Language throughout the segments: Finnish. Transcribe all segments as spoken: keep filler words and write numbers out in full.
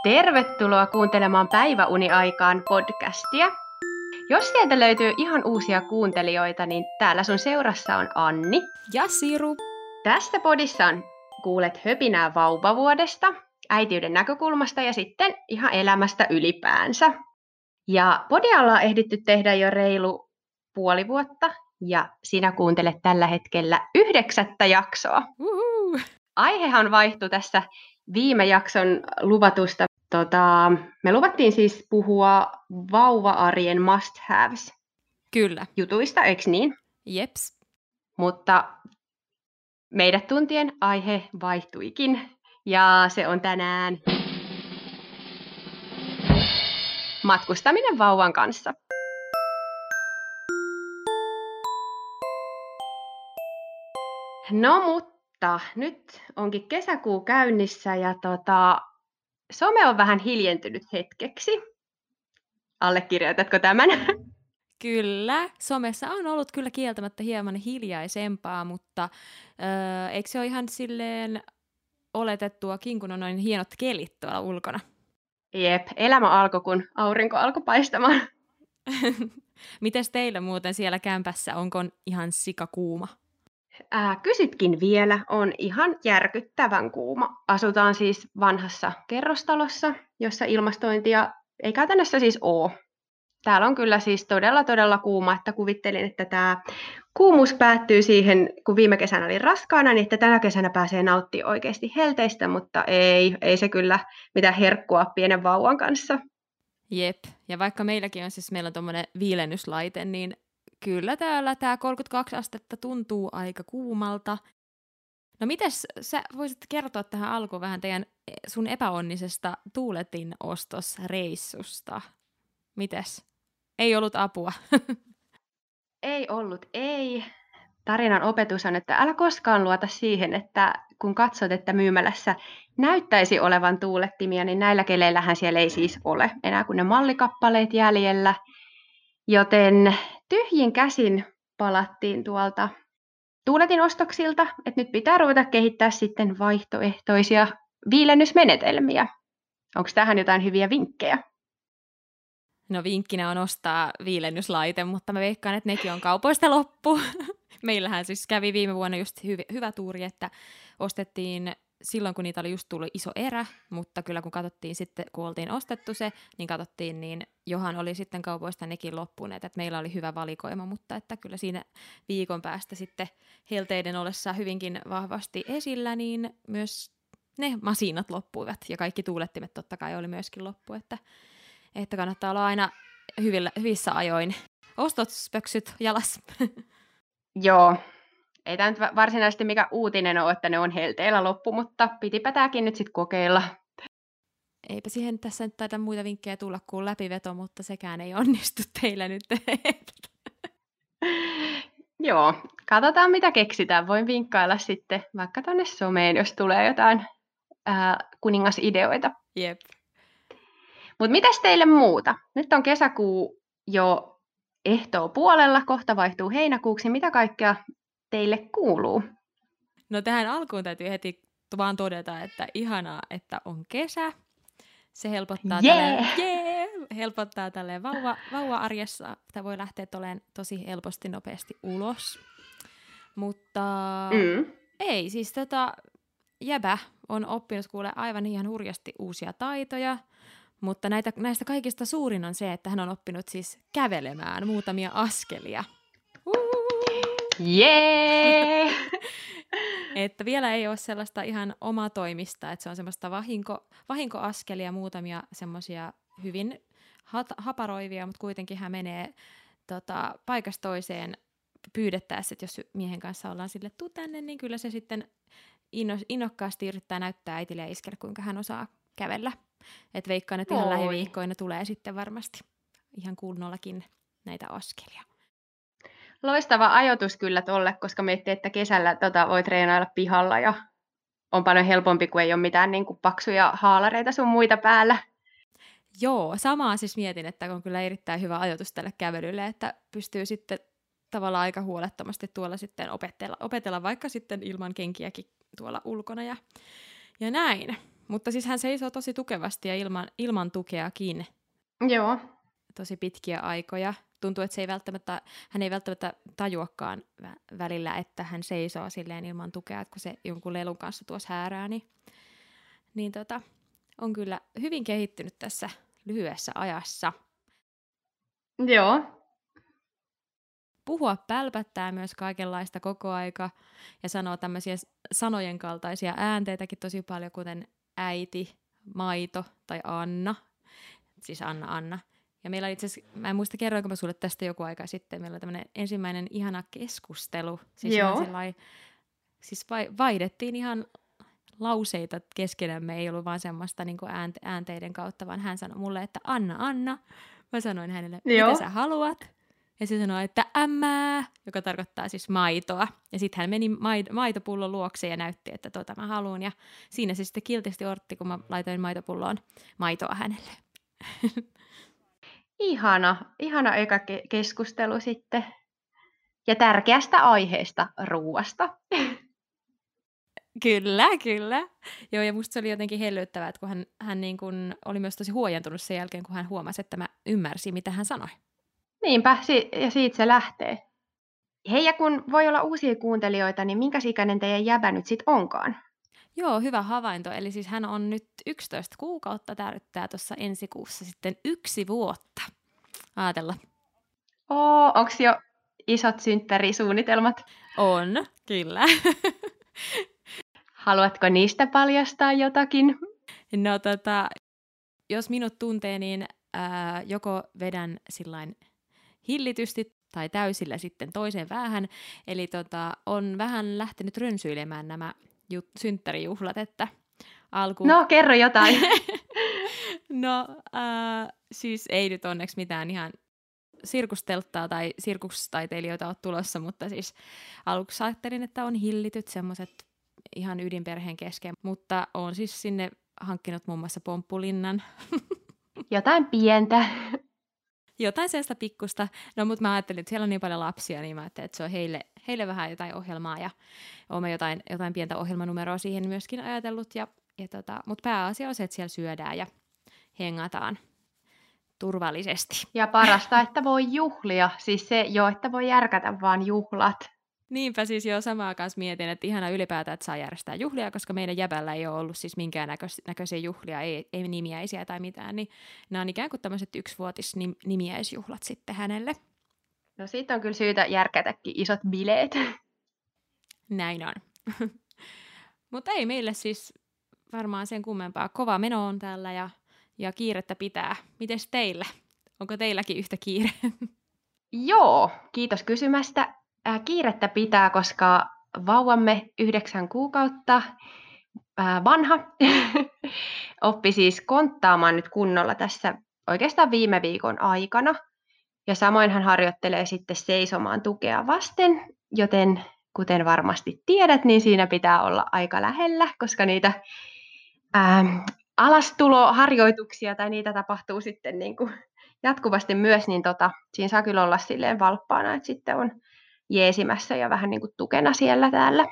Tervetuloa kuuntelemaan Päiväuni-aikaan podcastia. Jos sieltä löytyy ihan uusia kuuntelijoita, niin täällä sun seurassa on Anni. Ja Siru. Tässä podissa on, kuulet höpinää vauvavuodesta, äitiyden näkökulmasta ja sitten ihan elämästä ylipäänsä. Ja podia ollaan ehditty tehdä jo reilu puoli vuotta ja sinä kuuntelet tällä hetkellä yhdeksättä jaksoa. Uhu. Aihehan vaihtui tässä viime jakson luvatusta. Tota, me luvattiin siis puhua vauva-arjen must-haves. Kyllä. Jutuista, eikö niin? Jeps. Mutta meidät tuntien aihe vaihtuikin. Ja se on tänään matkustaminen vauvan kanssa. No mutta, nyt onkin kesäkuu käynnissä ja tota, some on vähän hiljentynyt hetkeksi. Allekirjoitatko tämän? Kyllä. Somessa on ollut kyllä kieltämättä hieman hiljaisempaa, mutta öö, eikö se ole ihan silleen oletettuakin, kun on noin hienot kelit tuolla ulkona? Jep, elämä alkoi, kun aurinko alkoi paistamaan. Mites teillä muuten siellä kämpässä, onko ihan sikakuuma? Ää, kysytkin vielä, on ihan järkyttävän kuuma. Asutaan siis vanhassa kerrostalossa, jossa ilmastointia ei käytännössä siis ole. Täällä on kyllä siis todella todella kuuma, että kuvittelin, että tämä kuumuus päättyy siihen, kun viime kesänä oli raskaana, niin että tänä kesänä pääsee nauttimaan oikeasti helteistä, mutta ei, ei se kyllä mitään herkkua pienen vauvan kanssa. Jep, ja vaikka meilläkin on siis, meillä on tommonen viilennyslaite, niin kyllä täällä tämä kolmekymmentäkaksi astetta tuntuu aika kuumalta. No mites sä voisit kertoa tähän alkuun vähän teidän sun epäonnisesta tuuletin ostosreissusta? Mites? Ei ollut apua. Ei ollut, ei. Tarinan opetus on, että älä koskaan luota siihen, että kun katsot, että myymälässä näyttäisi olevan tuulettimia, niin näillä keleillähän siellä ei siis ole enää kuin ne mallikappaleet jäljellä. Joten tyhjin käsin palattiin tuolta tuuletin ostoksilta, että nyt pitää ruveta kehittää sitten vaihtoehtoisia viilennysmenetelmiä. Onko tähän jotain hyviä vinkkejä? No vinkkinä on ostaa viilennyslaite, mutta mä veikkaan, että nekin on kaupoista loppu. Meillähän siis kävi viime vuonna just hy- hyvä tuuri, että ostettiin silloin, kun niitä oli just tullut iso erä, mutta kyllä kun katsottiin sitten, kun oltiin ostettu se, niin katsottiin, niin johan oli sitten kaupoista nekin loppuneet, että meillä oli hyvä valikoima, mutta että kyllä siinä viikon päästä sitten helteiden ollessa hyvinkin vahvasti esillä, niin myös ne masinat loppuivat ja kaikki tuulettimet totta kai oli myöskin loppu, että, että kannattaa olla aina hyvillä, hyvissä ajoin. Ostospöksyt jalas. Joo. Ei tämä nyt varsinaisesti mikä uutinen ole, että ne on helteillä loppu, mutta pitipä tämäkin nyt sitten kokeilla. Eipä siihen tässä nyt taida muita vinkkejä tulla kuin läpiveto, mutta sekään ei onnistu teillä nyt. Joo, katsotaan mitä keksitään. Voin vinkkailla sitten vaikka tuonne someen, jos tulee jotain ää, kuningasideoita. Jep. Mutta mitäs teille muuta? Nyt on kesäkuu jo ehtoo puolella, kohta vaihtuu heinäkuuksi. Mitä kaikkea teille kuuluu? No tähän alkuun täytyy heti vaan todeta, että ihanaa, että on kesä. Se helpottaa yeah! tälleen, yeah! helpottaa tälleen vauva, vauva-arjessa. Tämä voi lähteä toleen tosi helposti, nopeasti ulos. Mutta mm. ei, siis tota, jäbä on oppinut kuule aivan ihan hurjasti uusia taitoja. Mutta näitä, näistä kaikista suurin on se, että hän on oppinut siis kävelemään muutamia askelia. Jee! Yeah! Että vielä ei ole sellaista ihan omaa toimista, että se on semmoista vahinko, vahinkoaskelia, muutamia semmoisia hyvin hat, haparoivia, mutta kuitenkin hän menee tota, paikasta toiseen pyydettäessä, että jos miehen kanssa ollaan sille, tuu tänne, niin kyllä se sitten inno, innokkaasti yrittää näyttää äitille ja iskelle, kuinka hän osaa kävellä. Että veikkaan, että ihan lähiviikkoina tulee sitten varmasti ihan kunnollakin näitä askelia. Loistava ajoitus kyllä tolle, koska miettii, että kesällä tota, voi treenailla pihalla ja on paljon helpompi, kun ei ole mitään niin kuin paksuja haalareita sun muita päällä. Joo, samaa siis mietin, että on kyllä erittäin hyvä ajoitus tälle kävelylle, että pystyy sitten tavallaan aika huolettomasti tuolla sitten opetella, opetella vaikka sitten ilman kenkiäkin tuolla ulkona ja, ja näin. Mutta siis hän seisoo tosi tukevasti ja ilman, ilman tukeakin Joo. tosi pitkiä aikoja. Tuntuu, että se ei välttämättä, hän ei välttämättä tajuakaan vä- välillä, että hän seisoo silleen ilman tukea, että kun se jonkun lelun kanssa tuossa häärää, niin, niin tota, on kyllä hyvin kehittynyt tässä lyhyessä ajassa. Joo. Puhua pälpättää myös kaikenlaista koko aika ja sanoo tämmöisiä sanojen kaltaisia äänteitäkin tosi paljon, kuten äiti, maito tai Anna. Siis Anna, Anna. Ja meillä itse asiassa, mä en muista kerroinko mä sulle tästä joku aika sitten, meillä oli tämmöinen ensimmäinen ihana keskustelu. Siis, Joo. ihan sellai, siis vai, vaihdettiin ihan lauseita keskenämme, ei ollut vaan semmoista niin kuin äänte, äänteiden kautta, vaan hän sanoi mulle, että Anna, Anna. Mä sanoin hänelle, Joo. mitä sä haluat? Ja se sanoi, että ämmää, joka tarkoittaa siis maitoa. Ja sitten hän meni maitopullon luokse ja näytti, että tota mä haluan. Ja siinä se sitten kiltisti otti, kun mä laitoin maitopulloon maitoa hänelle. Ihana, ihana eka ke- keskustelu sitten. Ja tärkeästä aiheesta, ruuasta. Kyllä, kyllä. Joo, ja musta se oli jotenkin hellyttävää, että kun hän, hän niin kun oli myös tosi huojentunut sen jälkeen, kun hän huomasi, että mä ymmärsin, mitä hän sanoi. Niinpä, si- ja siitä se lähtee. Hei, ja kun voi olla uusia kuuntelijoita, niin minkä ikäinen teidän jäbä nyt sitten onkaan? Joo, hyvä havainto. Eli siis hän on nyt yksitoista kuukautta, täyttää tuossa ensi kuussa sitten yksi vuotta. Aatella. Oo, onko jo isot synttärisuunnitelmat? On, kyllä. Haluatko niistä paljastaa jotakin? No tota, jos minut tuntee, niin ää, joko vedän sillain hillitysti tai täysillä sitten toiseen päähän. Eli tota, on vähän lähtenyt rönsyilemään nämä jut- synttärijuhlat, että alkuun... No, kerro jotain. no, ää, siis ei nyt onneksi mitään ihan sirkustelttaa tai sirkustaiteilijoita ole tulossa, mutta siis aluksi ajattelin, että on hillityt semmoiset ihan ydinperheen kesken, mutta on siis sinne hankkinut muun muassa pomppulinnan. Jotain pientä. Jotain sellaista pikkusta. No, mutta mä ajattelin, että siellä on niin paljon lapsia, niin mä ajattelin, että se on heille, heille vähän jotain ohjelmaa, ja olemme jotain, jotain pientä ohjelmanumeroa siihen myöskin ajatellut, ja, ja tota, mutta pääasia on se, että siellä syödään ja hengataan turvallisesti. Ja parasta, että voi juhlia. Siis se jo, että voi järkätä vaan juhlat. Niinpä siis jo samaa kanssa mietin, että ihana ylipäätään, että saa järjestää juhlia, koska meidän jäbällä ei ole ollut siis minkään näköis- näköisiä juhlia, ei, ei nimiäisiä tai mitään, niin nämä on ikään kuin tämmöiset yksivuotis nim- nimiäisjuhlat sitten hänelle. No siitä on kyllä syytä järkätäkin isot bileet. Näin on. Mutta ei meille siis varmaan sen kummempaa. Kova meno on täällä ja, ja kiirettä pitää. Mites teillä? Onko teilläkin yhtä kiire? Joo, kiitos kysymästä. Ää, kiirettä pitää, koska vauvamme yhdeksän kuukautta ää, vanha oppi siis konttaamaan nyt kunnolla tässä oikeastaan viime viikon aikana. Ja samoin hän harjoittelee sitten seisomaan tukea vasten, joten kuten varmasti tiedät, niin siinä pitää olla aika lähellä, koska niitä ää, alastuloharjoituksia tai niitä tapahtuu sitten niin kuin jatkuvasti myös, niin tota, siinä saa kyllä olla silleen valppaana, että sitten on jeesimässä ja vähän niin kuin tukena siellä täällä.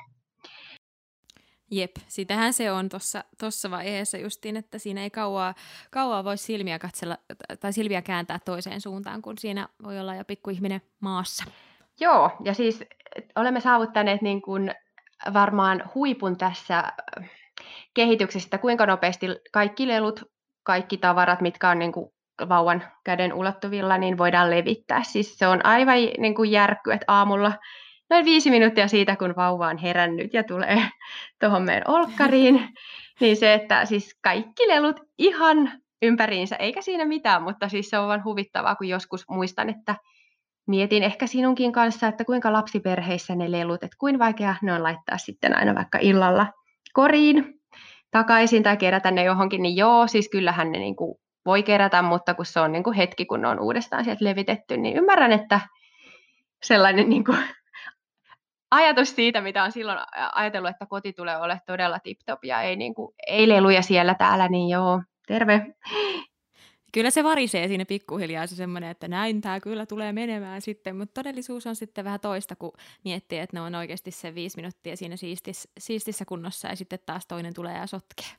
Jep, sitähän se on tuossa vaiheessa justiin, että siinä ei kauaa, kauaa voi silmiä katsella tai silmiä kääntää toiseen suuntaan, kun siinä voi olla jo pikkuihminen maassa. Joo, ja siis olemme saavuttaneet niin kuin varmaan huipun tässä kehityksestä, kuinka nopeasti kaikki lelut, kaikki tavarat, mitkä on niin kuin vauvan käden ulottuvilla, niin voidaan levittää. Siis se on aivan niin kuin järkky, että aamulla noin viisi minuuttia siitä, kun vauva on herännyt ja tulee tuohon meidän olkkariin, niin se, että siis kaikki lelut ihan ympäriinsä, eikä siinä mitään, mutta siis se on vaan huvittavaa, kun joskus muistan, että mietin ehkä sinunkin kanssa, että kuinka lapsiperheissä ne lelut, että kuinka vaikea ne on laittaa sitten aina vaikka illalla koriin takaisin tai kerätä ne johonkin, niin joo, siis kyllähän ne niin kuin voi kerätä, mutta kun se on niin kuin hetki, kun ne on uudestaan sieltä levitetty, niin ymmärrän, että sellainen niin kuin ajatus siitä, mitä on silloin ajatellut, että koti tulee olemaan todella tip-top ja ei, niin kuin, ei leluja siellä täällä, niin joo, terve. Kyllä se varisee siinä pikkuhiljaa se semmoinen, että näin tämä kyllä tulee menemään sitten, mutta todellisuus on sitten vähän toista, kun miettii, että ne on oikeasti se viisi minuuttia siinä siistis, siistissä kunnossa ja sitten taas toinen tulee ja sotkee.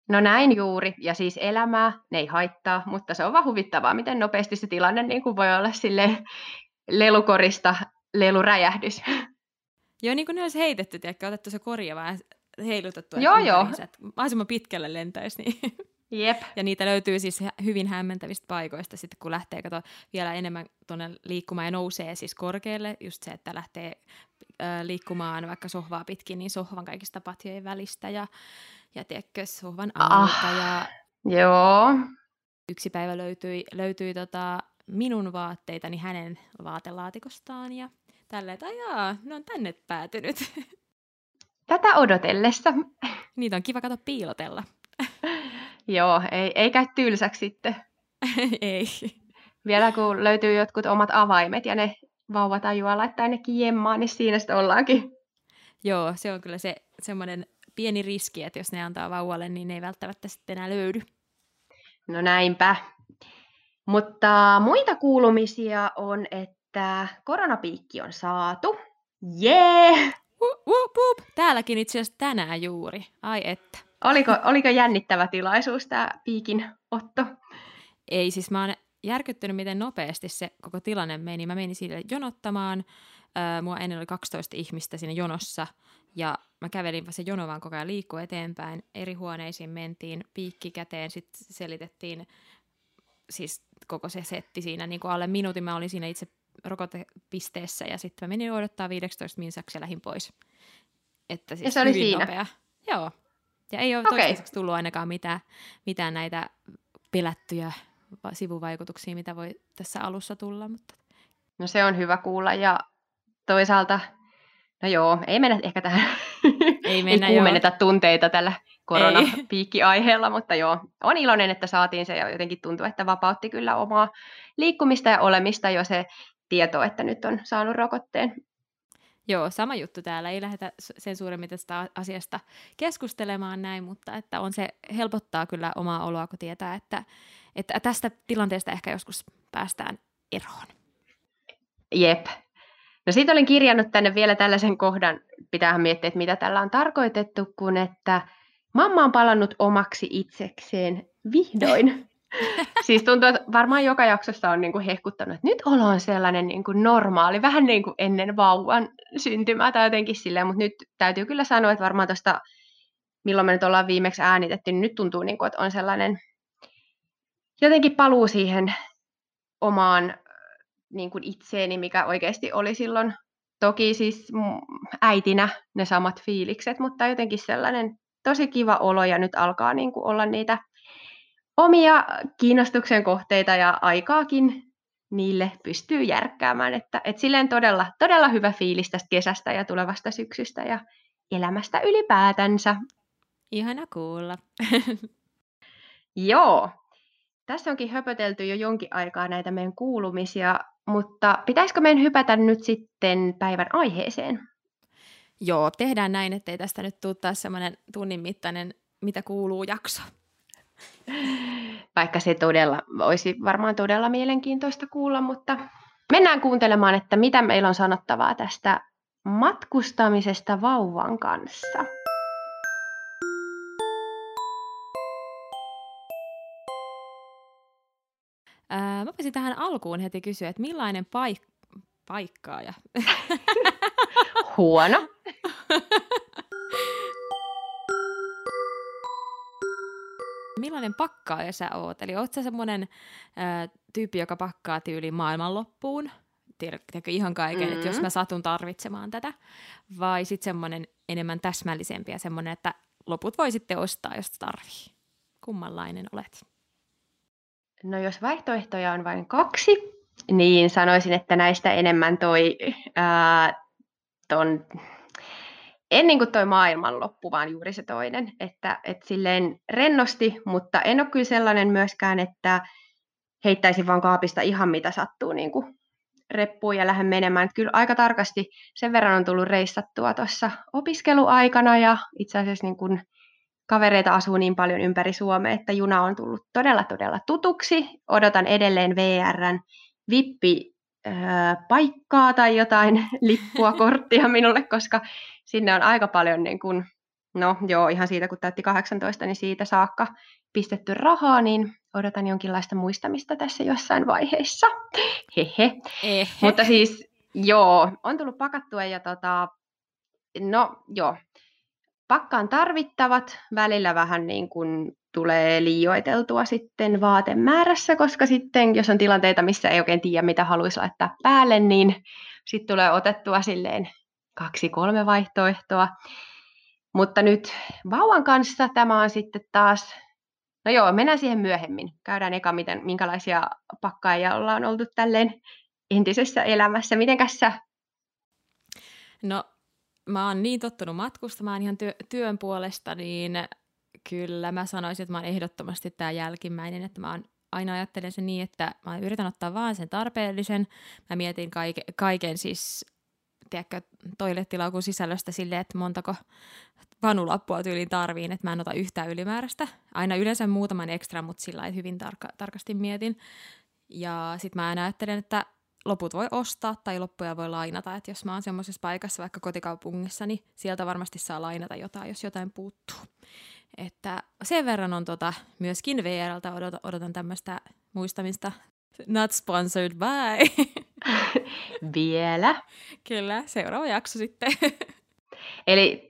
No näin juuri, ja siis elämää ne ei haittaa, mutta se on vaan huvittavaa, miten nopeasti se tilanne niin kuin voi olla silleen lelukorista leluräjähdys. Joo, niin kuin ne olisi heitetty, tiedätkö, otettu se korja vähän heilutettu, että Joo, joo. ympäriinsä, että mahdollisimman pitkälle lentäisi. Niin. Jep. Ja niitä löytyy siis hyvin hämmentävistä paikoista, sitten kun lähtee kato, vielä enemmän tuonne liikkumaan ja nousee siis korkealle, just se, että lähtee äh, liikkumaan vaikka sohvaa pitkin, niin sohvan kaikista patjojen välistä ja, ja tiedätkö, sohvan alta. Ah, ja joo. yksi päivä löytyi, löytyi tota minun vaatteitani hänen vaatelaatikostaan ja tälleen, että ajaa, ne on tänne päätynyt. Tätä odotellessa. Niitä on kiva kato piilotella. Joo, ei, ei käy tylsäksi sitten. Ei. Vielä kun löytyy jotkut omat avaimet ja ne vauva tajuaa laittaa nekin jemmaan, niin siinä sitten ollaankin. Joo, se on kyllä se semmoinen pieni riski, että jos ne antaa vauvalle, niin ne ei välttämättä sitten enää löydy. No näinpä. Mutta muita kuulumisia on, että koronapiikki on saatu. Jee! Yeah! Uh, uh, uh. Täälläkin itse asiassa tänään juuri. Ai että. Oliko, oliko jännittävä tilaisuus tämä piikin otto? Ei, siis mä oon järkyttynyt, miten nopeasti se koko tilanne meni. Mä menin sille jonottamaan. Äh, mua ennen oli kaksitoista ihmistä siinä jonossa. Ja mä kävelin se jono vaan koko ajan liikkuu eteenpäin. Eri huoneisiin mentiin, piikki käteen, sitten selitettiin siis koko se setti siinä. Niin kuin alle minuutin mä olin siinä itse rokotepisteessä ja sitten mä menin odottaa viisitoista minsaksi ja lähdin pois. Että siis ja se oli hyvin siinä? Nopea. Joo. Ja ei ole okay. toistaiseksi tullut ainakaan mitään, mitään näitä pelättyjä sivuvaikutuksia, mitä voi tässä alussa tulla. Mutta... No se on hyvä kuulla ja toisaalta, no joo, ei mennä ehkä tähän, ei, mennä, ei kuumenneta tunteita tällä koronapiikki-aiheella, mutta joo, on iloinen, että saatiin se ja jotenkin tuntuu, että vapautti kyllä omaa liikkumista ja olemista jo se tieto, että nyt on saanut rokotteen. Joo, sama juttu täällä. Ei lähdetä sen suuremmin tästä asiasta keskustelemaan näin, mutta että on se helpottaa kyllä omaa oloa, kun tietää, että, että tästä tilanteesta ehkä joskus päästään eroon. Jep. No siitä olin kirjannut tänne vielä tällaisen kohdan, pitäähän miettiä, että mitä tällä on tarkoitettu, kun että mamma on palannut omaksi itsekseen vihdoin. Siis tuntuu, että varmaan joka jaksossa on niin kuin hehkuttanut, että nyt olo on sellainen niin kuin normaali, vähän niin kuin ennen vauvan syntymää tai jotenkin silleen, mutta nyt täytyy kyllä sanoa, että varmaan tuosta, milloin me nyt ollaan viimeksi äänitetty, niin nyt tuntuu, niin kuin, että on sellainen jotenkin paluu siihen omaan niin kuin itseeni, mikä oikeasti oli silloin, toki siis äitinä ne samat fiilikset, mutta jotenkin sellainen tosi kiva olo ja nyt alkaa niin kuin olla niitä omia kiinnostuksen kohteita ja aikaakin niille pystyy järkkäämään, että et silleen todella, todella hyvä fiilis tästä kesästä ja tulevasta syksystä ja elämästä ylipäätänsä. Ihana kuulla. Joo, tässä onkin höpötelty jo jonkin aikaa näitä meidän kuulumisia, mutta pitäisikö meidän hypätä nyt sitten päivän aiheeseen? Joo, tehdään näin, ettei tästä nyt tule taas semmoinen tunnin mittainen, mitä kuuluu jakso. Vaikka se todella olisi varmaan todella mielenkiintoista kuulla, mutta mennään kuuntelemaan, että mitä meillä on sanottavaa tästä matkustamisesta vauvan kanssa. Ää, mä voisin tähän alkuun heti kysyä, että millainen paik- paikkaaja? Huono. Millainen pakkaaja sä oot? Eli oot sä semmoinen ää, tyyppi, joka pakkaa tyyliin maailmanloppuun? Tiedätkö ihan kaiken, mm-hmm. että jos mä satun tarvitsemaan tätä? Vai sitten semmoinen enemmän täsmällisempi ja semmoinen, että loput voi sitten ostaa, jos tarvii? Kummanlainen olet? No jos vaihtoehtoja on vain kaksi, niin sanoisin, että näistä enemmän toi, ää, ton, en niin kuin toi maailmanloppu, vaan juuri se toinen. Että et silleen rennosti, mutta en ole kyllä sellainen myöskään, että heittäisin vaan kaapista ihan mitä sattuu niin kuin reppuun ja lähden menemään. Että kyllä aika tarkasti sen verran on tullut reissattua tuossa opiskeluaikana ja itse asiassa niin kuin kavereita asuu niin paljon ympäri Suomea, että juna on tullut todella, todella tutuksi. Odotan edelleen V R:n vippipaikkaa tai jotain lippua, korttia minulle, koska sinne on aika paljon niin kuin No joo, ihan siitä kun täytti kahdeksantoista, niin siitä saakka pistetty rahaa, niin odotan jonkinlaista muistamista tässä jossain vaiheessa. Hehe. Ehe. Mutta siis joo, on tullut pakattua ja tota, no joo, pakkaan tarvittavat, välillä vähän niin kuin tulee liioiteltua sitten vaatemäärässä, koska sitten jos on tilanteita, missä ei oikein tiedä, mitä haluaisi laittaa päälle, niin sitten tulee otettua silleen kaksi, kolme vaihtoehtoa. Mutta nyt vauvan kanssa tämä on sitten taas, no joo, mennään siihen myöhemmin. Käydään eka, miten, minkälaisia pakkaajia ollaan oltu tälleen entisessä elämässä. Mitenkäs sä? No, mä oon niin tottunut matkustamaan ihan työ, työn puolesta, niin kyllä mä sanoisin, että mä oon ehdottomasti tää jälkimmäinen, että mä oon aina ajattelen sen niin, että mä yritän ottaa vaan sen tarpeellisen. Mä mietin kaike, kaiken siis, tiedätkö, toilettilaukun sisällöstä silleen, että montako vanulappua tyyliin tarviin, että mä en ota yhtään ylimääräistä. Aina yleensä muutaman ekstra, mutta sillä lailla hyvin tarka, tarkasti mietin. Ja sit mä aina ajattelen, että loput voi ostaa tai loppuja voi lainata, että jos mä oon semmoisessa paikassa vaikka kotikaupungissa, niin sieltä varmasti saa lainata jotain, jos jotain puuttuu. Että sen verran on tota, myöskin V R:ltä odotan, odotan tämmöistä muistamista. Not sponsored by. Vielä. Kyllä, seuraava jakso sitten. Eli,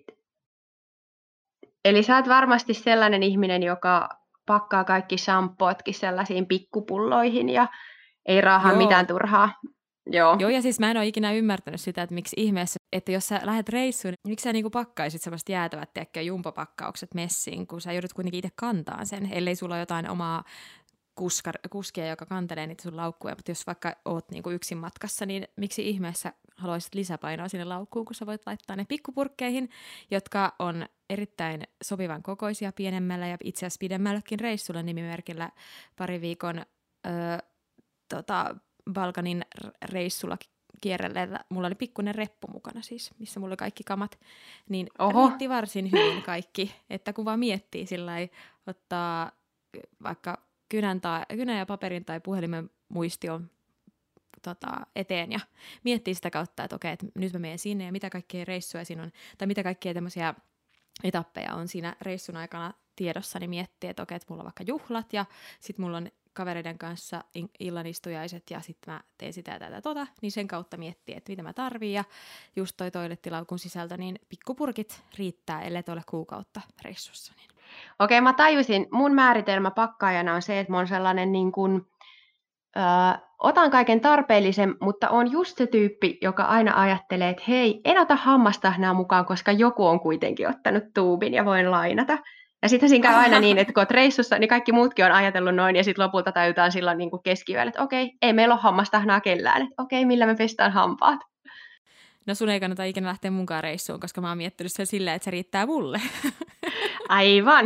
eli sä oot varmasti sellainen ihminen, joka pakkaa kaikki shampootkin sellaisiin pikkupulloihin ja ei raahaa Joo. mitään turhaa. Joo. Joo, ja siis mä en ole ikinä ymmärtänyt sitä, että miksi ihmeessä, että jos sä lähdet reissuun, niin miksi sä niinku pakkaisit semmoista jäätävät, tiedätkö, jumpopakkaukset messiin, kun sä joudut kuitenkin itse kantaa sen, ellei sulla ole jotain omaa kuskar, kuskia, joka kantelee niitä sun laukkuja, mutta jos vaikka oot niinku yksin matkassa, niin miksi ihmeessä haluaisit lisäpainoa sinne laukkuun, kun sä voit laittaa ne pikkupurkkeihin, jotka on erittäin sopivan kokoisia pienemmällä ja itse asiassa pidemmälläkin reissulla nimimerkillä pari viikon öö, tota, Balkanin reissulla kierrelleellä. Mulla oli pikkuinen reppu mukana siis, missä mulla oli kaikki kamat, niin Oho. riitti varsin hyvin kaikki, että kun vaan miettii sillä lailla, ottaa vaikka kynän, tai, kynän ja paperin tai puhelimen muistion tota, eteen ja miettii sitä kautta, että okei, että nyt mä menen sinne ja mitä kaikkea reissuja siinä on, tai mitä kaikkea tämmöisiä etappeja on siinä reissun aikana tiedossa, niin miettii, että okei, että mulla on vaikka juhlat ja sitten mulla on kavereiden kanssa illanistujaiset ja sitten mä teen sitä ja tätä tota, niin sen kautta miettii, että mitä mä tarviin ja just toi toilettilaukun sisältö, niin pikkupurkit riittää, ellei ole kuukautta reissussa. Niin. Okei, mä tajusin, mun määritelmä pakkaajana on se, että mä oon sellainen niin kuin, ö, otan kaiken tarpeellisen, mutta on just se tyyppi, joka aina ajattelee, että hei, en ota hammastahnaa mukaan, koska joku on kuitenkin ottanut tuubin ja voin lainata. Ja sitten siinä käy aina niin, että kun olet reissussa, niin kaikki muutkin on ajatellut noin, ja sitten lopulta tajutaan silloin niin kuin keskiyöllä, että okei, ei meillä ole hammastahnaa kellään, että okei, millä me pestään hampaat. No sun ei kannata ikinä lähteä mukaan reissuun, koska mä oon miettinyt sen silleen, että se riittää mulle. Aivan.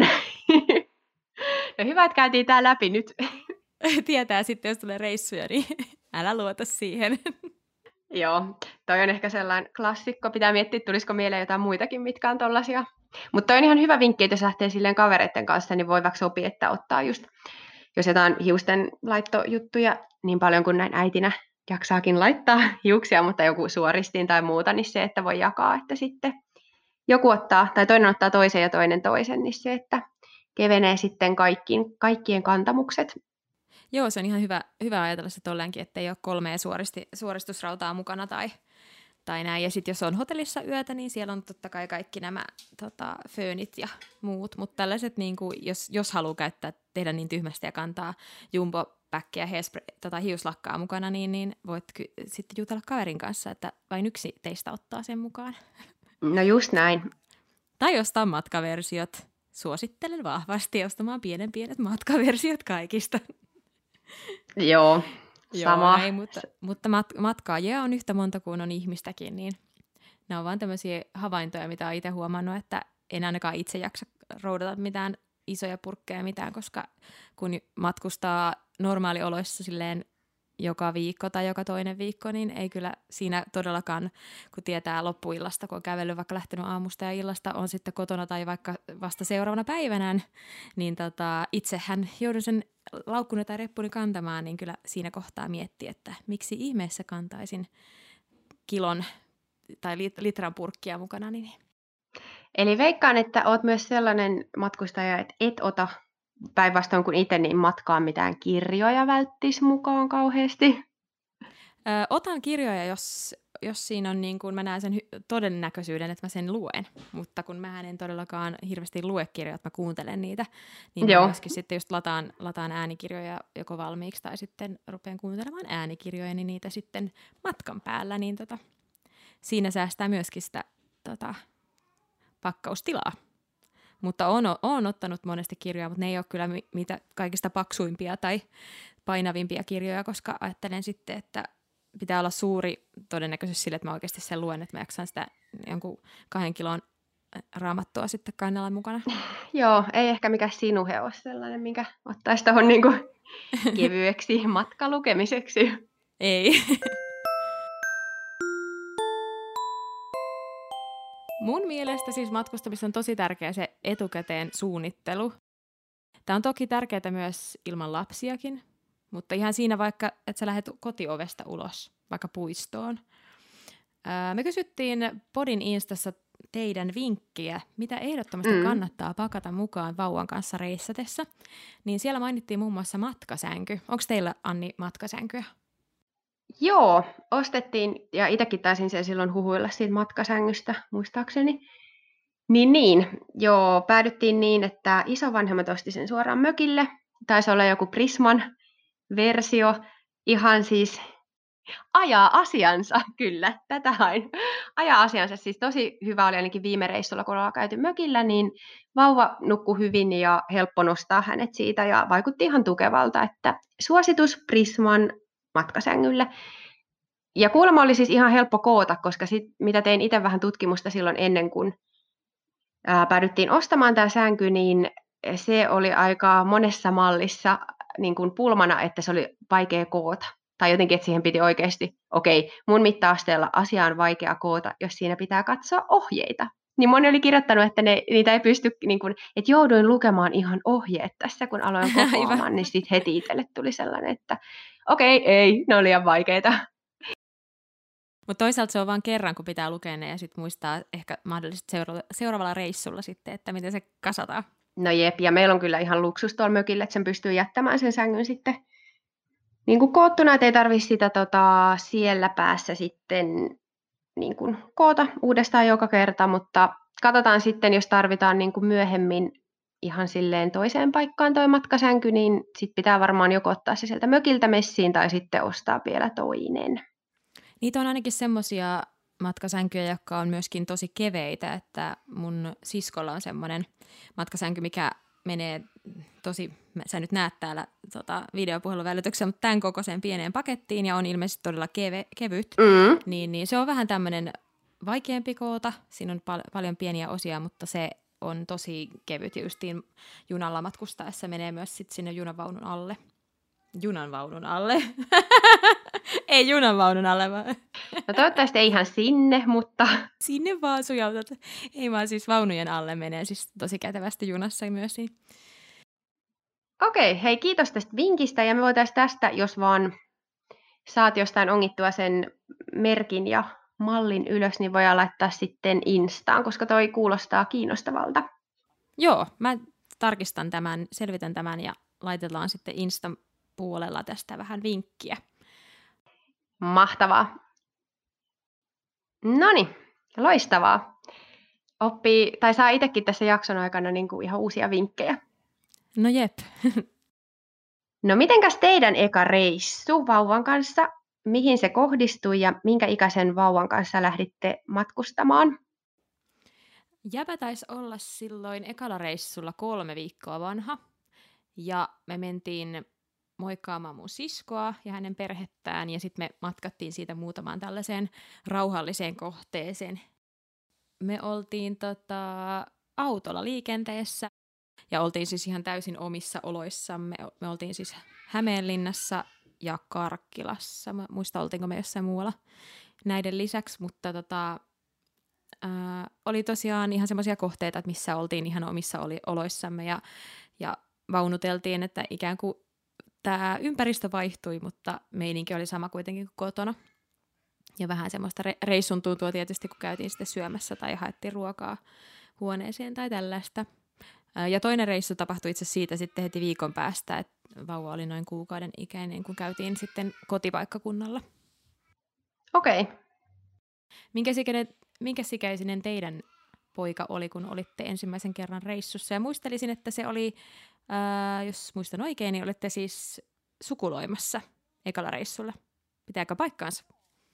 No hyvä, että käytiin tää läpi nyt. Tietää sitten, jos tulee reissuja, niin älä luota siihen. Joo, toi on ehkä sellainen klassikko. Pitää miettiä, tulisiko mieleen jotain muitakin, mitkä on tollaisia. Mutta toi on ihan hyvä vinkki, että jos lähtee silleen kavereiden kanssa, niin voi vaikka sopia, että ottaa just, jos jotain hiusten laittojuttuja, niin paljon kuin näin äitinä jaksaakin laittaa hiuksia, mutta joku suoristin tai muuta, niin se, että voi jakaa, että sitten joku ottaa, tai toinen ottaa toisen ja toinen toisen, niin se, että kevenee sitten kaikkiin, kaikkien kantamukset. Joo, se on ihan hyvä, hyvä ajatella se tolleenkin, ettei ole kolmea suoristi, suoristusrautaa mukana tai, tai näin. Ja sitten jos on hotellissa yötä, niin siellä on totta kai kaikki nämä tota, föönit ja muut. Mutta tällaiset, niin kuin, jos, jos haluaa käyttää, tehdä niin tyhmästi ja kantaa jumbo-päkkiä tota, hiuslakkaa mukana, niin, niin voit ky- sitten jutella kaverin kanssa, että vain yksi teistä ottaa sen mukaan. No just näin. Tai ostaa matkaversiot. Suosittelen vahvasti ostamaan pienen pienet matkaversiot kaikista. Joo, sama. Joo, näin, mutta, mutta mat- matkaajia on yhtä monta kuin on ihmistäkin, niin nämä on vaan tämmöisiä havaintoja, mitä olen itse huomannut, että en ainakaan itse jaksa roudata mitään isoja purkkeja mitään, koska kun matkustaa normaalioloissa silleen joka viikko tai joka toinen viikko, niin ei kyllä siinä todellakaan, kun tietää loppuillasta, kun on kävellyt vaikka lähtenyt aamusta ja illasta, on sitten kotona tai vaikka vasta seuraavana päivänä, niin tota, itsehän joudun sen laukkuni tai reppuni kantamaan, niin kyllä siinä kohtaa miettii, että miksi ihmeessä kantaisin kilon tai litran purkkia mukana. Niin. Eli veikkaan, että oot myös sellainen matkustaja, että et ota päinvastoin kuin itse, niin matkaan mitään kirjoja välttis mukaan kauheasti. Ö, otan kirjoja, jos, jos siinä on niin kuin mä näen sen hy- todennäköisyyden, että mä sen luen, mutta kun mä en todellakaan hirveästi lue kirjoja, että mä kuuntelen niitä, niin mä Joo. myöskin sitten just lataan, lataan äänikirjoja joko valmiiksi tai sitten rupean kuuntelemaan äänikirjoja, niin niitä sitten matkan päällä, niin tota, siinä säästää myöskin sitä tota, pakkaustilaa. Mutta on, on ottanut monesti kirjoja, mutta ne ei ole kyllä mi- mitä kaikista paksuimpia tai painavimpia kirjoja, koska ajattelen sitten, että pitää olla suuri todennäköisyys sille, että mä oikeasti sen luen, että mä jaksan sitä jonkun kahden kilon raamattua sitten kannella mukana. Joo, ei ehkä mikään sinuhe ole sellainen, minkä ottaisi tuohon niinku kevyeksi matkalukemiseksi. Ei. Mun mielestä siis matkustamista on tosi tärkeä se etukäteen suunnittelu. Tämä on toki tärkeää myös ilman lapsiakin, mutta ihan siinä vaikka, että sä lähdet kotiovesta ulos, vaikka puistoon. Ää, me kysyttiin Podin Instassa teidän vinkkiä, mitä ehdottomasti mm. kannattaa pakata mukaan vauvan kanssa reissatessa. Niin siellä mainittiin muun muassa matkasänky. Onko teillä, Anni, matkasänkyä? Joo, ostettiin, ja itsekin taisin sen silloin huhuilla siitä matkasängystä, muistaakseni. Niin niin, joo, päädyttiin niin, että isovanhemmat osti sen suoraan mökille. Taisi olla joku Prisman versio, ihan siis ajaa asiansa, kyllä, tätä hain. Ajaa asiansa, siis tosi hyvä oli ainakin viime reissulla, kun ollaan käyty mökillä, niin vauva nukkui hyvin ja helppo nostaa hänet siitä ja vaikutti ihan tukevalta, että suositus Prisman matkasängylle. Ja kuulemma oli siis ihan helppo koota, koska sit, mitä tein itse vähän tutkimusta silloin ennen kuin ää, päädyttiin ostamaan tämä sänky, niin se oli aika monessa mallissa niin kuin pulmana, että se oli vaikea koota. Tai jotenkin, että siihen piti oikeasti, okei, okay, mun mitta-asteella asia on vaikea koota, jos siinä pitää katsoa ohjeita. Niin moni oli kirjoittanut, että ne, niitä ei pysty, niin kuin, että jouduin lukemaan ihan ohjeet tässä, kun aloin kokoamaan, niin sitten heti itselle tuli sellainen, että okei, okay, ei, ne on liian vaikeita. Mutta toisaalta se on vain kerran, kun pitää lukea ne ja sitten muistaa ehkä mahdollisesti seuraavalla, seuraavalla reissulla sitten, että miten se kasataan. No jep, ja meillä on kyllä ihan luksus tuolla mökillä, että sen pystyy jättämään sen sängyn sitten niin kuin koottuna, että ei tarvitse sitä tota, siellä päässä sitten niin kuin koota uudestaan joka kerta, mutta katsotaan sitten, jos tarvitaan niin kuin myöhemmin ihan silleen toiseen paikkaan toi matkasänky, niin sitten pitää varmaan joko ottaa se sieltä mökiltä messiin tai sitten ostaa vielä toinen. Niitä on ainakin semmoisia matkasänkyjä, jotka on myöskin tosi keveitä, että mun siskolla on semmoinen matkasänky, mikä menee tosi, sä nyt näet täällä tota, videopuhelun välityksessä, mutta tämän kokoiseen pieneen pakettiin ja on ilmeisesti todella keve, kevyt, mm. niin, niin se on vähän tämmöinen vaikeampi koota, siinä on pal- paljon pieniä osia, mutta se on tosi kevyt ja justiin junalla matkustaessa menee myös sit sinne junanvaunun alle. Junanvaunun alle? Ei junanvaunun alle, vaan... No toivottavasti ei ihan sinne, mutta... Sinne vaan sujautat. Ei vaan siis vaunujen alle menee siis tosi kätevästi junassa myös. Okei, hei kiitos tästä vinkistä ja me voitaisiin tästä, jos vaan saat jostain ongittua sen merkin ja mallin ylös, niin voidaan laittaa sitten Instaan, koska toi kuulostaa kiinnostavalta. Joo, mä tarkistan tämän, selvitän tämän ja laitetaan sitten Instan puolella tästä vähän vinkkiä. Mahtavaa. Noniin, loistavaa. Oppii, tai saa itsekin tässä jakson aikana niin kuin ihan uusia vinkkejä. No jep. No mitenkäs teidän eka reissu vauvan kanssa? Mihin se kohdistui ja minkä ikäisen vauvan kanssa lähditte matkustamaan? Jäbä taisi olla silloin ekalla reissulla kolme viikkoa vanha. Ja me mentiin moikkaamaan mun siskoa ja hänen perhettään, ja sitten me matkattiin siitä muutamaan tällaiseen rauhalliseen kohteeseen. Me oltiin tota, autolla liikenteessä, ja oltiin siis ihan täysin omissa oloissamme. Me oltiin siis Hämeenlinnassa ja Karkkilassa. Mä muista, oltiinko me jossain muualla näiden lisäksi, mutta tota, ää, oli tosiaan ihan semmoisia kohteita, että missä oltiin ihan omissa oli, oloissamme, ja, ja vaunuteltiin, että ikään kuin tämä ympäristö vaihtui, mutta meininki oli sama kuitenkin kuin kotona. Ja vähän semmoista re- reissun tuntua tietysti, kun käytiin sitten syömässä tai haettiin ruokaa huoneeseen tai tällaista. Ja toinen reissu tapahtui itse siitä sitten heti viikon päästä, että vauva oli noin kuukauden ikäinen, kun käytiin sitten kotipaikkakunnalla. Okei. Okay. Minkäs ikäinen, minkäs ikäisinen teidän poika oli, kun olitte ensimmäisen kerran reissussa? Ja muistelisin, että se oli, ää, jos muistan oikein, niin olitte siis sukuloimassa ekalla reissulla. Pitääkö paikkaansa?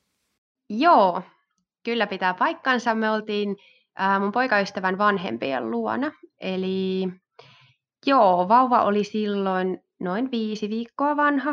Joo, kyllä pitää paikkansa. Me oltiin ää, mun poikaystävän vanhempien luona. Eli joo, vauva oli silloin noin viisi viikkoa vanha.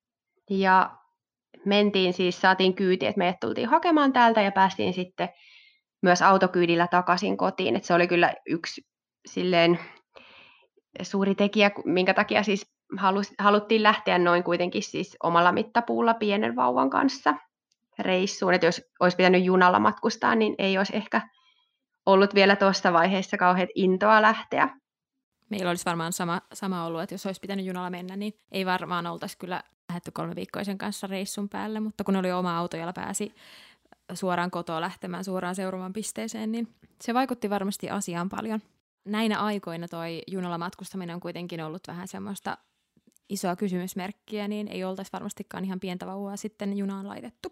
Ja mentiin siis, saatiin kyyti, että meidät tultiin hakemaan täältä ja päästiin sitten myös autokyydillä takaisin kotiin. Et se oli kyllä yksi silleen suuri tekijä, minkä takia siis halus, haluttiin lähteä noin kuitenkin siis omalla mittapuulla pienen vauvan kanssa reissuun. Et jos olisi pitänyt junalla matkustaa, niin ei olisi ehkä ollut vielä tuossa vaiheessa kauheat intoa lähteä. Meillä olisi varmaan sama, sama ollut, että jos olisi pitänyt junalla mennä, niin ei varmaan oltaisi kyllä lähdetty kolmeviikkoisen kanssa reissun päälle, mutta kun oli oma auto, jolla pääsi suoraan kotoa lähtemään suoraan seuraavaan pisteeseen, niin se vaikutti varmasti asiaan paljon. Näinä aikoina toi junalla matkustaminen on kuitenkin ollut vähän semmoista isoa kysymysmerkkiä, niin ei oltaisi varmastikaan ihan pientä vauvaa sitten junaan laitettu.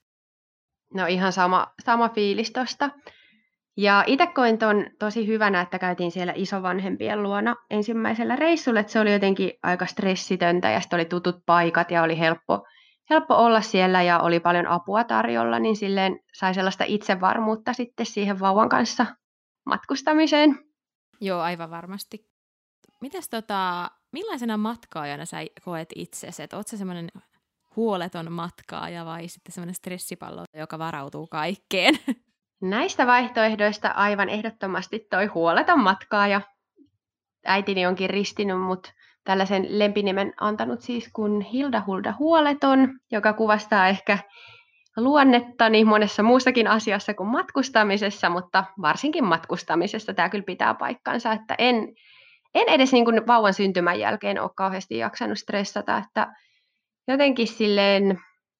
No ihan sama, sama fiilis tosta. Ja itse koin ton tosi hyvänä, että käytiin siellä isovanhempien luona ensimmäisellä reissulla, että se oli jotenkin aika stressitöntä ja sitten oli tutut paikat ja oli helppo, helppo olla siellä ja oli paljon apua tarjolla, niin silleen sai sellaista itsevarmuutta sitten siihen vauvan kanssa matkustamiseen. Joo, aivan varmasti. Mitäs tota, millaisena matkaajana sä koet itsesi? Oletko sä semmoinen huoleton matkaaja vai sitten semmoinen stressipallo, joka varautuu kaikkeen? Näistä vaihtoehdoista aivan ehdottomasti toi huoleton matkaaja. Äitini onkin ristinyt mut tällaisen lempinimen antanut siis kuin Hilda Hulda Huoleton, joka kuvastaa ehkä luonnettani monessa muussakin asiassa kuin matkustamisessa, mutta varsinkin matkustamisessa tämä kyllä pitää paikkansa, että en, en edes niin kuin vauvan syntymän jälkeen ole kauheasti jaksanut stressata, että jotenkin silleen,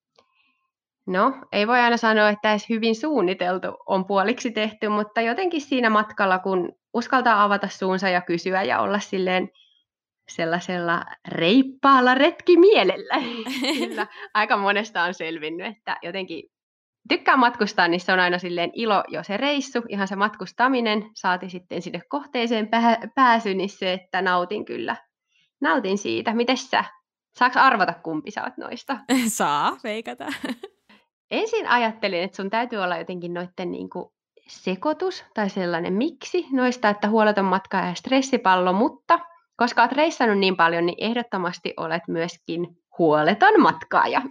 no ei voi aina sanoa, että edes hyvin suunniteltu on puoliksi tehty, mutta jotenkin siinä matkalla, kun uskaltaa avata suunsa ja kysyä ja olla silleen sellaisella reippaalla retkimielellä, kyllä aika monesta on selvinnyt, että jotenkin tykkään matkustaa, niin se on aina silleen ilo jo se reissu, ihan se matkustaminen, saati sitten sinne kohteeseen pääsy, niin se, että nautin kyllä, nautin siitä. Mites sä? Saaks arvata, kumpi sä oot noista? Saa, veikata. Ensin ajattelin, että sun täytyy olla jotenkin noitten niin kuin sekoitus tai sellainen miksi noista, että huoleton matka ja stressipallo, mutta koska olet reissannut niin paljon, niin ehdottomasti olet myöskin huoleton matkaaja.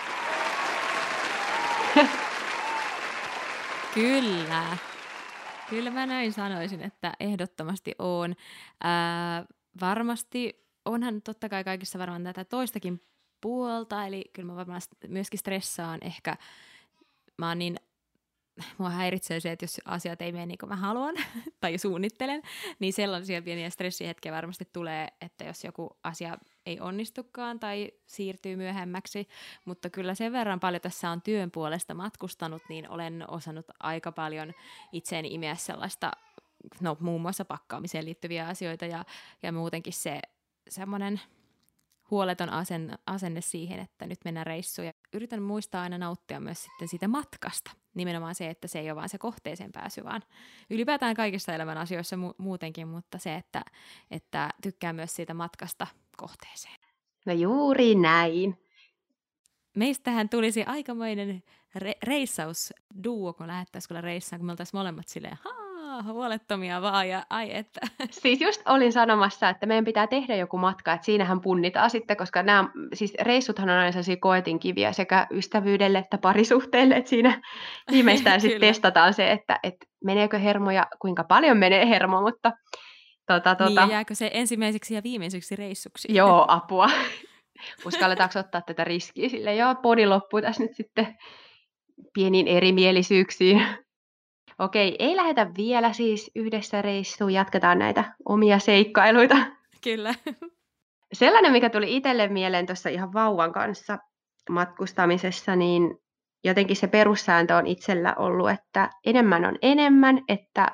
Kyllä. Kyllä mä näin sanoisin, että ehdottomasti oon. Ää, varmasti onhan totta kai kaikissa varmaan tätä toistakin puolta, eli kyllä mä varmaan myöskin stressaan ehkä. Mä oon niin, mua häiritsee se, että jos asiat ei mene niin kuin mä haluan tai suunnittelen, niin sellaisia pieniä stressihetkiä varmasti tulee, että jos joku asia ei onnistukaan tai siirtyy myöhemmäksi, mutta kyllä sen verran paljon tässä on työn puolesta matkustanut, niin olen osannut aika paljon itseeni imeä sellaista, no muun muassa pakkaamiseen liittyviä asioita ja, ja muutenkin se semmoinen huoleton asenne, asenne siihen, että nyt mennään reissuun. Ja yritän muistaa aina nauttia myös sitten siitä matkasta. Nimenomaan se, että se ei ole vaan se kohteeseen pääsy, vaan ylipäätään kaikissa elämän asioissa mu- muutenkin, mutta se, että, että tykkää myös siitä matkasta kohteeseen. No juuri näin. Meistähän tulisi aikamoinen re- reissausduo, kun lähettäisiin kyllä reissaan, kun me oltaisiin molemmat silleen, haa, huolettomia vaan ja ai että. Siis just olin sanomassa, että meidän pitää tehdä joku matka, että siinähän punnitaan sitten, koska nämä siis reissuthan on aina sellaisia koetinkiviä sekä ystävyydelle että parisuhteelle, että siinä viimeistään sitten testataan se, että, että meneekö hermo ja kuinka paljon menee hermo, mutta tota, tota, niin ja jääkö se ensimmäiseksi ja viimeiseksi reissuksi? Joo, apua. Uskalletaanko ottaa tätä riskiä sille, joo, podi loppuu tässä nyt sitten pieniin erimielisyyksiin. Okei, ei lähdetä vielä siis yhdessä reissuun, jatketaan näitä omia seikkailuita. Kyllä. Sellainen, mikä tuli itselle mieleen tuossa ihan vauvan kanssa matkustamisessa, niin jotenkin se perussääntö on itsellä ollut, että enemmän on enemmän, että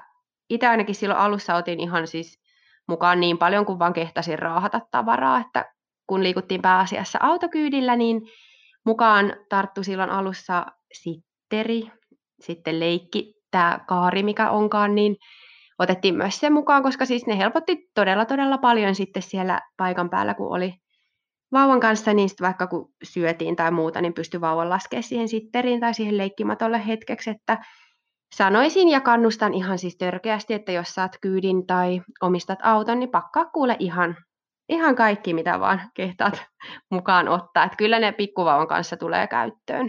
itse ainakin silloin alussa otin ihan siis mukaan niin paljon kuin vaan kehtasin raahata tavaraa, että kun liikuttiin pääasiassa autokyydillä, niin mukaan tarttui silloin alussa sitteri, sitten leikki, tämä kaari mikä onkaan, niin otettiin myös sen mukaan, koska siis ne helpotti todella todella paljon sitten siellä paikan päällä, kun oli vauvan kanssa, niin sitten vaikka kun syötiin tai muuta, niin pystyi vauvan laskemaan siihen sitteriin tai siihen leikkimatolle hetkeksi, että sanoisin ja kannustan ihan siis törkeästi, että jos saat kyydin tai omistat auton, niin pakkaa kuule ihan, ihan kaikki, mitä vaan kehtaat mukaan ottaa. Että kyllä ne pikkuvauvan kanssa tulee käyttöön.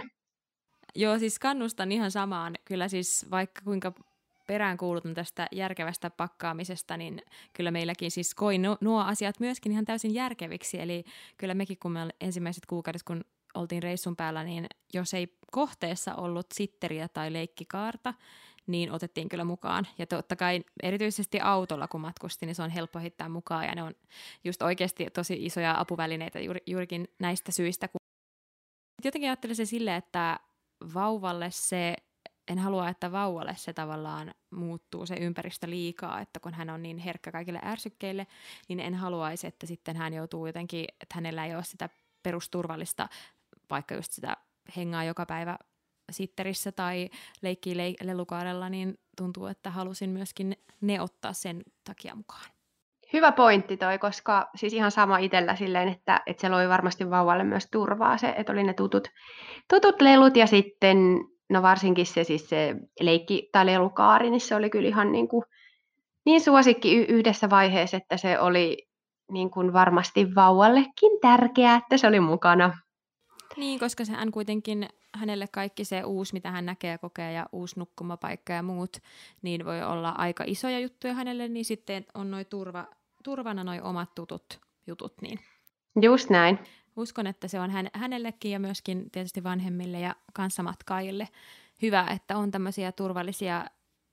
Joo, siis kannustan ihan samaan. Kyllä siis vaikka kuinka peräänkuulutan tästä järkevästä pakkaamisesta, niin kyllä meilläkin siis koin nuo asiat myöskin ihan täysin järkeviksi. Eli kyllä mekin, kun me ensimmäiset kuukaudet, kun oltiin reissun päällä, niin jos ei kohteessa ollut sitteriä tai leikkikaarta, niin otettiin kyllä mukaan. Ja totta kai erityisesti autolla, kun matkustin, niin se on helppo heittää mukaan. Ja ne on just oikeasti tosi isoja apuvälineitä juuri, juurikin näistä syistä. Kun jotenkin ajattelin se silleen, että vauvalle se, en halua, että vauvalle se tavallaan muuttuu se ympäristö liikaa, että kun hän on niin herkkä kaikille ärsykkeille, niin en haluaisi, että sitten hän joutuu jotenkin, että hänellä ei ole sitä perusturvallista, vaikka just sitä hengaa joka päivä sitterissä tai leikkii le- lelukaarella, niin tuntuu, että halusin myöskin ne ottaa sen takia mukaan. Hyvä pointti toi, koska siis ihan sama itsellä silleen, että, että se loi varmasti vauvalle myös turvaa se, että oli ne tutut, tutut lelut ja sitten, no varsinkin se siis se leikki tai lelukaari, niin se oli kyllä ihan niin, kuin, niin suosikki y- yhdessä vaiheessa, että se oli niin kuin varmasti vauvallekin tärkeää, että se oli mukana. Niin, koska sehän kuitenkin hänelle kaikki se uusi, mitä hän näkee ja kokee ja uusi nukkumapaikka ja muut, niin voi olla aika isoja juttuja hänelle, niin sitten on noi turva, turvana noi omat tutut jutut. Niin. Just näin. Uskon, että se on hän, hänellekin ja myöskin tietysti vanhemmille ja kanssamatkaajille hyvä, että on tämmöisiä turvallisia,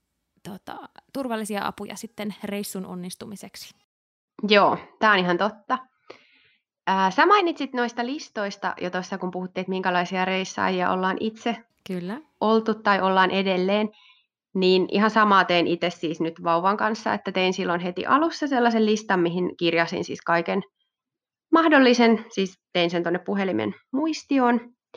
tota, turvallisia apuja sitten reissun onnistumiseksi. Joo, tämä on ihan totta. Ää, sä mainitsit noista listoista jo tuossa, kun puhuttiin, että minkälaisia reissaajia ollaan itse Kyllä. oltu tai ollaan edelleen. Niin ihan samaa tein itse siis nyt vauvan kanssa, että tein silloin heti alussa sellaisen listan, mihin kirjasin siis kaiken mahdollisen, siis tein sen tuonne puhelimen muistioon.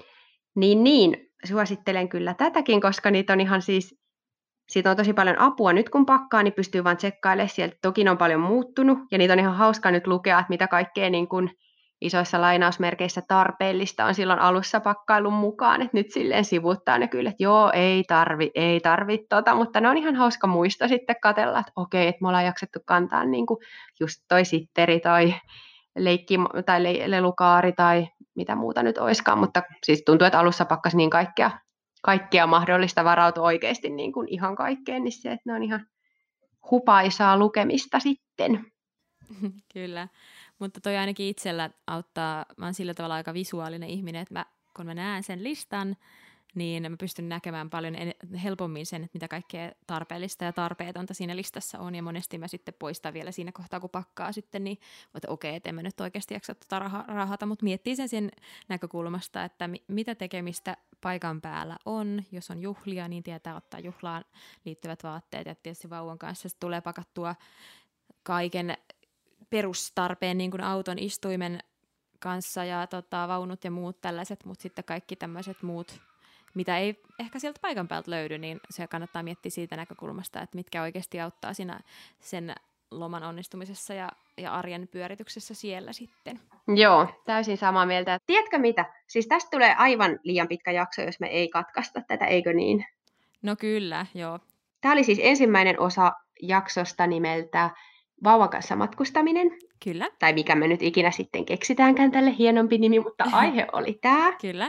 Niin niin, suosittelen kyllä tätäkin, koska niitä on ihan siis, siitä on tosi paljon apua. Nyt kun pakkaa, niin pystyy vaan tsekkailemaan sieltä. Toki ne on paljon muuttunut ja niitä on ihan hauska nyt lukea, että mitä kaikkea niin kuin isoissa lainausmerkeissä tarpeellista on silloin alussa pakkailun mukaan, että nyt silleen sivuttaa ne kyllä, että joo, ei tarvi, ei tarvi tota, mutta ne on ihan hauska muisto sitten katsella, että okei, että me ollaan jaksettu kantaa niin kuin just toi sitteri tai leikki tai le- lelukaari tai mitä muuta nyt oiskaan, mutta siis tuntuu, että alussa pakkas niin kaikkea, kaikkea mahdollista varautua oikeasti niin kuin ihan kaikkeen, niin se, että ne on ihan hupaisaa lukemista sitten. Kyllä, mutta toi ainakin itsellä auttaa, mä oon sillä tavalla aika visuaalinen ihminen, että mä, kun mä näen sen listan, niin mä pystyn näkemään paljon en- helpommin sen, että mitä kaikkea tarpeellista ja tarpeetonta siinä listassa on, ja monesti mä sitten poistan vielä siinä kohtaa, kun pakkaa sitten, niin että okei, että en mä nyt oikeasti jaksa tota rah- rahata, mutta miettii sen sen näkökulmasta, että mi- mitä tekemistä paikan päällä on, jos on juhlia, niin tietää ottaa juhlaan liittyvät vaatteet, ja tietysti vauvan kanssa tulee pakattua kaiken perustarpeen niin kuin auton istuimen kanssa ja tota, vaunut ja muut tällaiset, mutta sitten kaikki tämmöiset muut, mitä ei ehkä sieltä paikan päältä löydy, niin se kannattaa miettiä siitä näkökulmasta, että mitkä oikeasti auttaa siinä sen loman onnistumisessa ja, ja arjen pyörityksessä siellä sitten. Joo, täysin samaa mieltä. Tiedätkö mitä? Siis tästä tulee aivan liian pitkä jakso, jos me ei katkaista tätä, eikö niin? No kyllä, joo. Tämä oli siis ensimmäinen osa jaksosta nimeltä Vauvan kanssa matkustaminen. Kyllä. Tai mikä me nyt ikinä sitten keksitäänkään tälle hienompi nimi, mutta aihe oli tämä. Kyllä.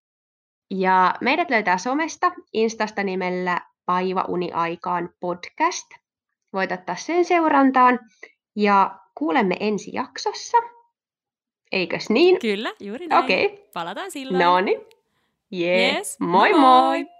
Ja meidät löytää somesta, Instasta nimellä Paivauniaikaan podcast. Voit ottaa sen seurantaan ja kuulemme ensi jaksossa. Eikös niin? Kyllä, juuri näin. Okei. Okay. Palataan silloin. No niin. Yes. Yes. Moi moi! moi.